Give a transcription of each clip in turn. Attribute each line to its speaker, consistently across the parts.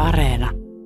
Speaker 1: Areena.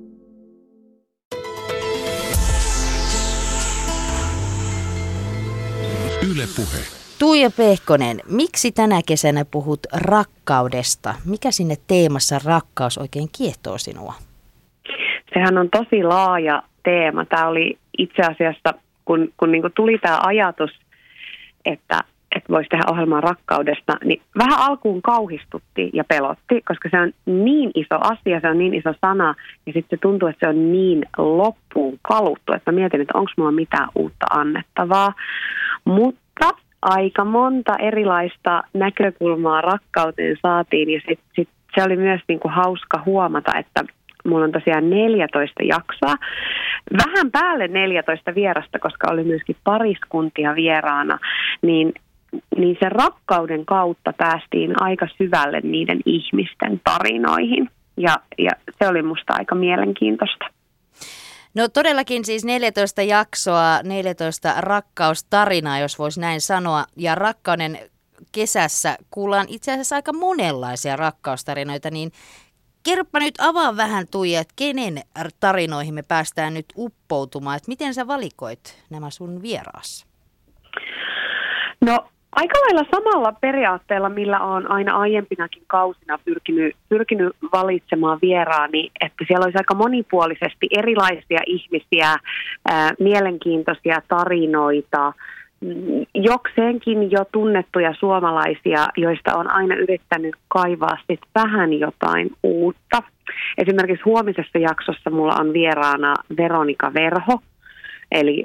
Speaker 2: Yle Puhe.
Speaker 1: Tuija Pehkonen, miksi tänä kesänä puhut rakkaudesta? Mikä sinne teemassa rakkaus oikein kiehtoo sinua?
Speaker 3: Sehän on tosi laaja teema. Tämä oli itse asiassa, kun niinku tuli tämä ajatus, että voisi tehdä ohjelmaa rakkaudesta, niin vähän alkuun kauhistutti ja pelotti, koska se on niin iso asia, se on niin iso sana, ja sitten se tuntuu, että se on niin loppuun kaluttu, että mä mietin, että onko mulla mitään uutta annettavaa. Mutta aika monta erilaista näkökulmaa rakkauteen saatiin, ja sit se oli myös niinku hauska huomata, että mulla on tosiaan 14 jaksoa, vähän päälle 14 vierasta, koska oli myöskin pariskuntia vieraana, niin sen rakkauden kautta päästiin aika syvälle niiden ihmisten tarinoihin, ja se oli musta aika mielenkiintoista.
Speaker 1: No todellakin siis 14 jaksoa, 14 rakkaustarinaa, jos voisi näin sanoa, ja rakkauden kesässä kuullaan itse asiassa aika monenlaisia rakkaustarinoita, niin kerropa nyt, avaa vähän Tuija, että kenen tarinoihin me päästään nyt uppoutumaan, että miten sä valikoit nämä sun vieraassa?
Speaker 3: No aika lailla samalla periaatteella, millä olen aina aiempinakin kausina pyrkinyt valitsemaan vieraani, että siellä olisi aika monipuolisesti erilaisia ihmisiä, mielenkiintoisia tarinoita, jokseenkin jo tunnettuja suomalaisia, joista on aina yrittänyt kaivaa sit vähän jotain uutta. Esimerkiksi huomisessa jaksossa mulla on vieraana Veronika Verho, eli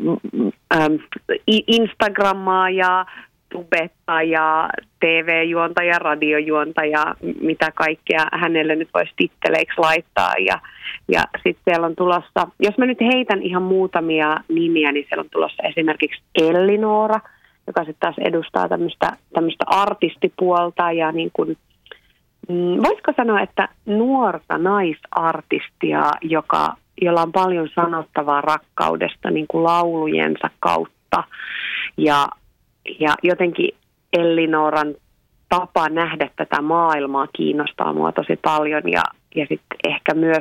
Speaker 3: Instagrammaaja, tubettaja, TV-juontaja, radiojuontaja, mitä kaikkea hänelle nyt voisi titteleiksi laittaa. Ja sitten siellä on tulossa, jos mä nyt heitän ihan muutamia nimiä, niin siellä on tulossa esimerkiksi Elli-Noora, joka sitten taas edustaa tämmöistä artistipuolta ja niin kuin, voisiko sanoa, että nuorta naisartistia, jolla on paljon sanottavaa rakkaudesta niin kuin laulujensa kautta. Ja jotenkin Elli-Nooran tapa nähdä tätä maailmaa kiinnostaa mua tosi paljon. Ja sitten ehkä myös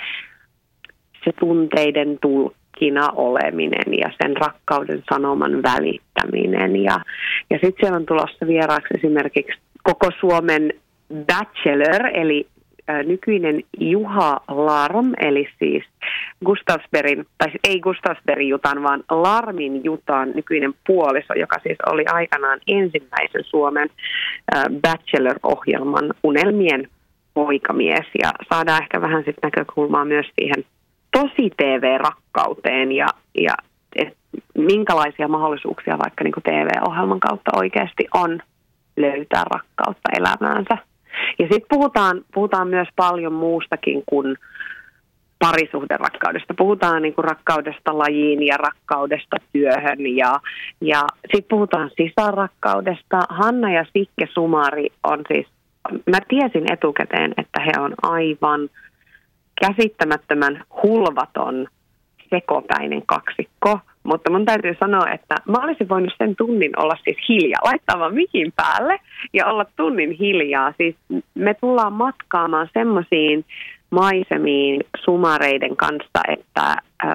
Speaker 3: se tunteiden tulkkina oleminen ja sen rakkauden sanoman välittäminen. Ja sitten siellä on tulossa vieraaksi esimerkiksi koko Suomen Bachelor, eli nykyinen Juha Larm, eli siis Gustavsbergin, tai ei Gustavsbergin Jutan, vaan Larmin Jutan nykyinen puoliso, joka siis oli aikanaan ensimmäisen Suomen Bachelor-ohjelman unelmien poikamies. Ja saadaan ehkä vähän sitten näkökulmaa myös siihen tosi TV-rakkauteen ja minkälaisia mahdollisuuksia vaikka niin kuin TV-ohjelman kautta oikeasti on löytää rakkautta elämäänsä. Ja sitten puhutaan myös paljon muustakin kuin parisuhderakkaudesta. Puhutaan niin kuin rakkaudesta lajiin ja rakkaudesta työhön ja sitten puhutaan sisarrakkaudesta. Hanna ja Sikke Sumari on siis, mä tiesin etukäteen, että he on aivan käsittämättömän hulvaton sekopäinen kaksikko. Mutta mun täytyy sanoa, että mä olisin voinut sen tunnin olla siis hiljaa, laittaa vaan mikin päälle ja olla tunnin hiljaa. Siis me tullaan matkaamaan semmoisiin maisemiin Sumareiden kanssa, että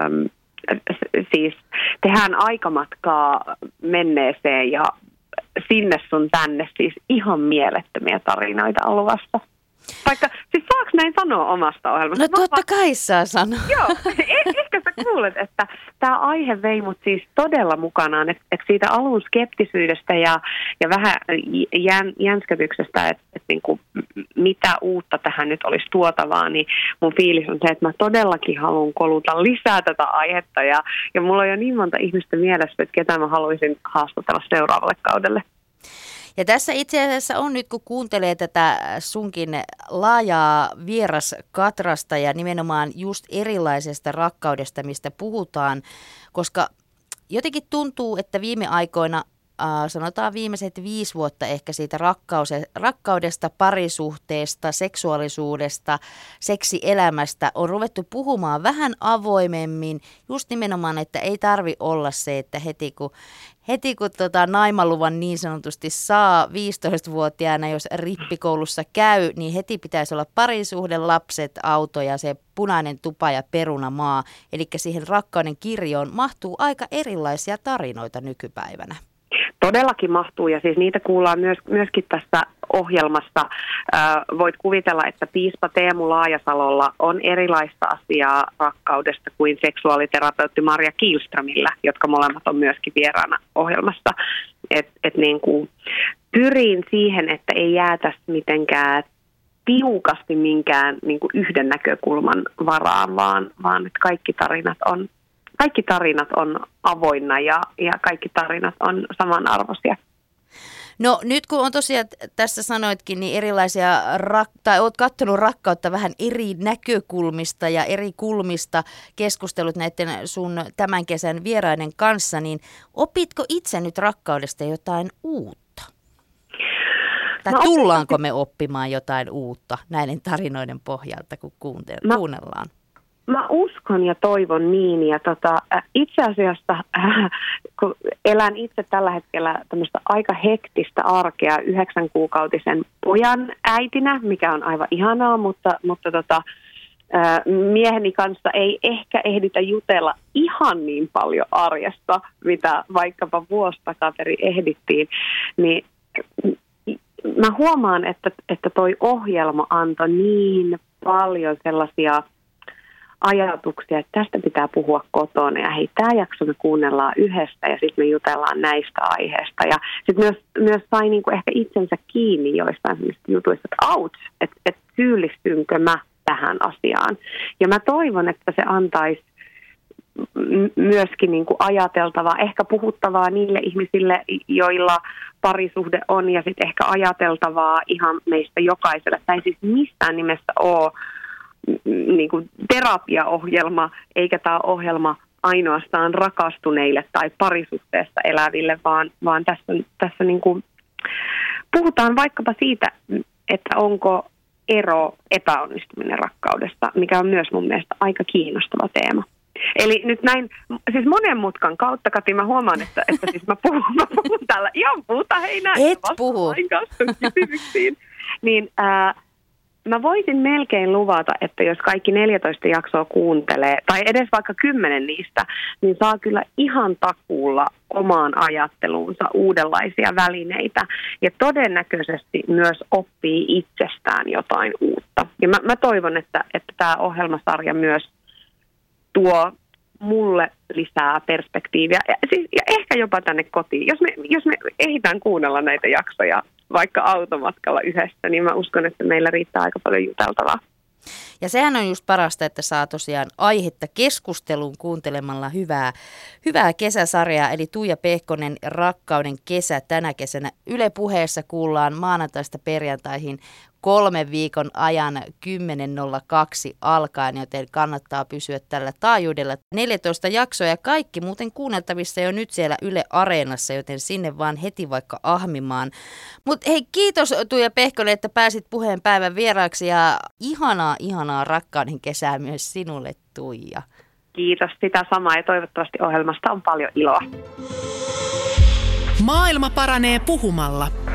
Speaker 3: siis tehdään aikamatkaa menneeseen ja sinne sun tänne siis ihan mielettömiä tarinoita on luvassa. Vaikka, siis saaks näin sanoa omasta ohjelmasta?
Speaker 1: No totta kai saa sanoa.
Speaker 3: Joo, ehkä sä kuulet, että tämä aihe vei mut siis todella mukanaan, että siitä alun skeptisyydestä ja vähän jänskätyksestä, että niinku, mitä uutta tähän nyt olisi tuotavaa, niin mun fiilis on se, että mä todellakin haluan koluta lisää tätä aihetta ja mulla on jo niin monta ihmistä mielessä, että ketä mä haluaisin haastatella seuraavalle kaudelle.
Speaker 1: Ja tässä itse asiassa on nyt, kun kuuntelee tätä sunkin laajaa vieraskatrasta ja nimenomaan just erilaisesta rakkaudesta, mistä puhutaan, koska jotenkin tuntuu, että viime aikoina sanotaan viimeiset 5 vuotta ehkä siitä rakkaudesta, parisuhteesta, seksuaalisuudesta, seksielämästä on ruvettu puhumaan vähän avoimemmin. Just nimenomaan, että ei tarvi olla se, että heti kun naimaluvan niin sanotusti saa 15-vuotiaana, jos rippikoulussa käy, niin heti pitäisi olla parisuhde, lapset, auto ja se punainen tupa ja perunamaa. Eli siihen rakkauden kirjoon mahtuu aika erilaisia tarinoita nykypäivänä.
Speaker 3: Todellakin mahtuu, ja siis niitä kuullaan myöskin tässä ohjelmassa. Voit kuvitella, että piispa Teemu Laajasalolla on erilaista asiaa rakkaudesta kuin seksuaaliterapeutti Marja Kihlströmillä, jotka molemmat on myöskin vieraana ohjelmassa. Niin kuin pyrin siihen, että ei jäätäisi mitenkään tiukasti minkään niin kuin yhden näkökulman varaan, vaan että kaikki tarinat on avoinna ja kaikki tarinat on samanarvoisia.
Speaker 1: No nyt kun on tosiaan, tässä sanoitkin, niin erilaisia, tai olet katsonut rakkautta vähän eri näkökulmista ja eri kulmista, keskustelut näiden sun tämän kesän vieraiden kanssa, niin opitko itse nyt rakkaudesta jotain uutta? Tai tullaanko me oppimaan jotain uutta näiden tarinoiden pohjalta, kun kuunnellaan?
Speaker 3: Mä uskon ja toivon niin, ja itse asiassa kun elän itse tällä hetkellä tämmöistä aika hektistä arkea 9-kuukautisen pojan äitinä, mikä on aivan ihanaa, mutta mieheni kanssa ei ehkä ehditä jutella ihan niin paljon arjesta, mitä vaikkapa vuosi takaperin ehdittiin, niin mä huomaan, että toi ohjelma antoi niin paljon sellaisia ajatuksia, että tästä pitää puhua kotona ja hei, tämä jakso me kuunnellaan yhdessä ja sitten me jutellaan näistä aiheista. Ja sitten myös sai niinku ehkä itsensä kiinni joistain jutuista, että ouch, että syyllistynkö mä tähän asiaan. Ja mä toivon, että se antaisi myöskin niinku ajateltavaa, ehkä puhuttavaa niille ihmisille, joilla parisuhde on, ja sitten ehkä ajateltavaa ihan meistä jokaiselle. Tämä ei siis missään nimessä ole niin kuin terapiaohjelma, eikä tämä ohjelma ainoastaan rakastuneille tai parisuhteessa eläville, vaan tässä niin kuin puhutaan vaikkapa siitä, että onko ero epäonnistuminen rakkaudesta, mikä on myös mun mielestä aika kiinnostava teema. Eli nyt näin, siis monen mutkan kautta, Kati, mä huomaan, että siis mä puhun täällä ihan puhuta, hei näin.
Speaker 1: Et puhu.
Speaker 3: Kysymyksiin. Niin mä voisin melkein luvata, että jos kaikki 14 jaksoa kuuntelee, tai edes vaikka 10 niistä, niin saa kyllä ihan takuulla omaan ajatteluunsa uudenlaisia välineitä. Ja todennäköisesti myös oppii itsestään jotain uutta. Ja mä toivon, että tämä ohjelmasarja myös tuo mulle lisää perspektiiviä ja ehkä jopa tänne kotiin. Jos me ehditään kuunnella näitä jaksoja vaikka automatkalla yhdessä, niin mä uskon, että meillä riittää aika paljon juteltavaa.
Speaker 1: Ja sehän on just parasta, että saa tosiaan aihetta keskusteluun kuuntelemalla hyvää kesäsarjaa, eli Tuija Pehkonen Rakkauden kesä tänä kesänä. Yle Puheessa kuullaan maanantaista perjantaihin 3 viikon ajan 10.02 alkaen, joten kannattaa pysyä tällä taajuudella. 14 jaksoa ja kaikki muuten kuunneltavissa jo nyt siellä Yle Areenassa, joten sinne vaan heti vaikka ahmimaan. Mutta hei, kiitos Tuija Pehkonen, että pääsit Puheen päivän vieraaksi ja ihanaa rakkauden kesää myös sinulle, Tuija.
Speaker 3: Kiitos, sitä samaa ja toivottavasti ohjelmasta on paljon iloa.
Speaker 2: Maailma paranee puhumalla.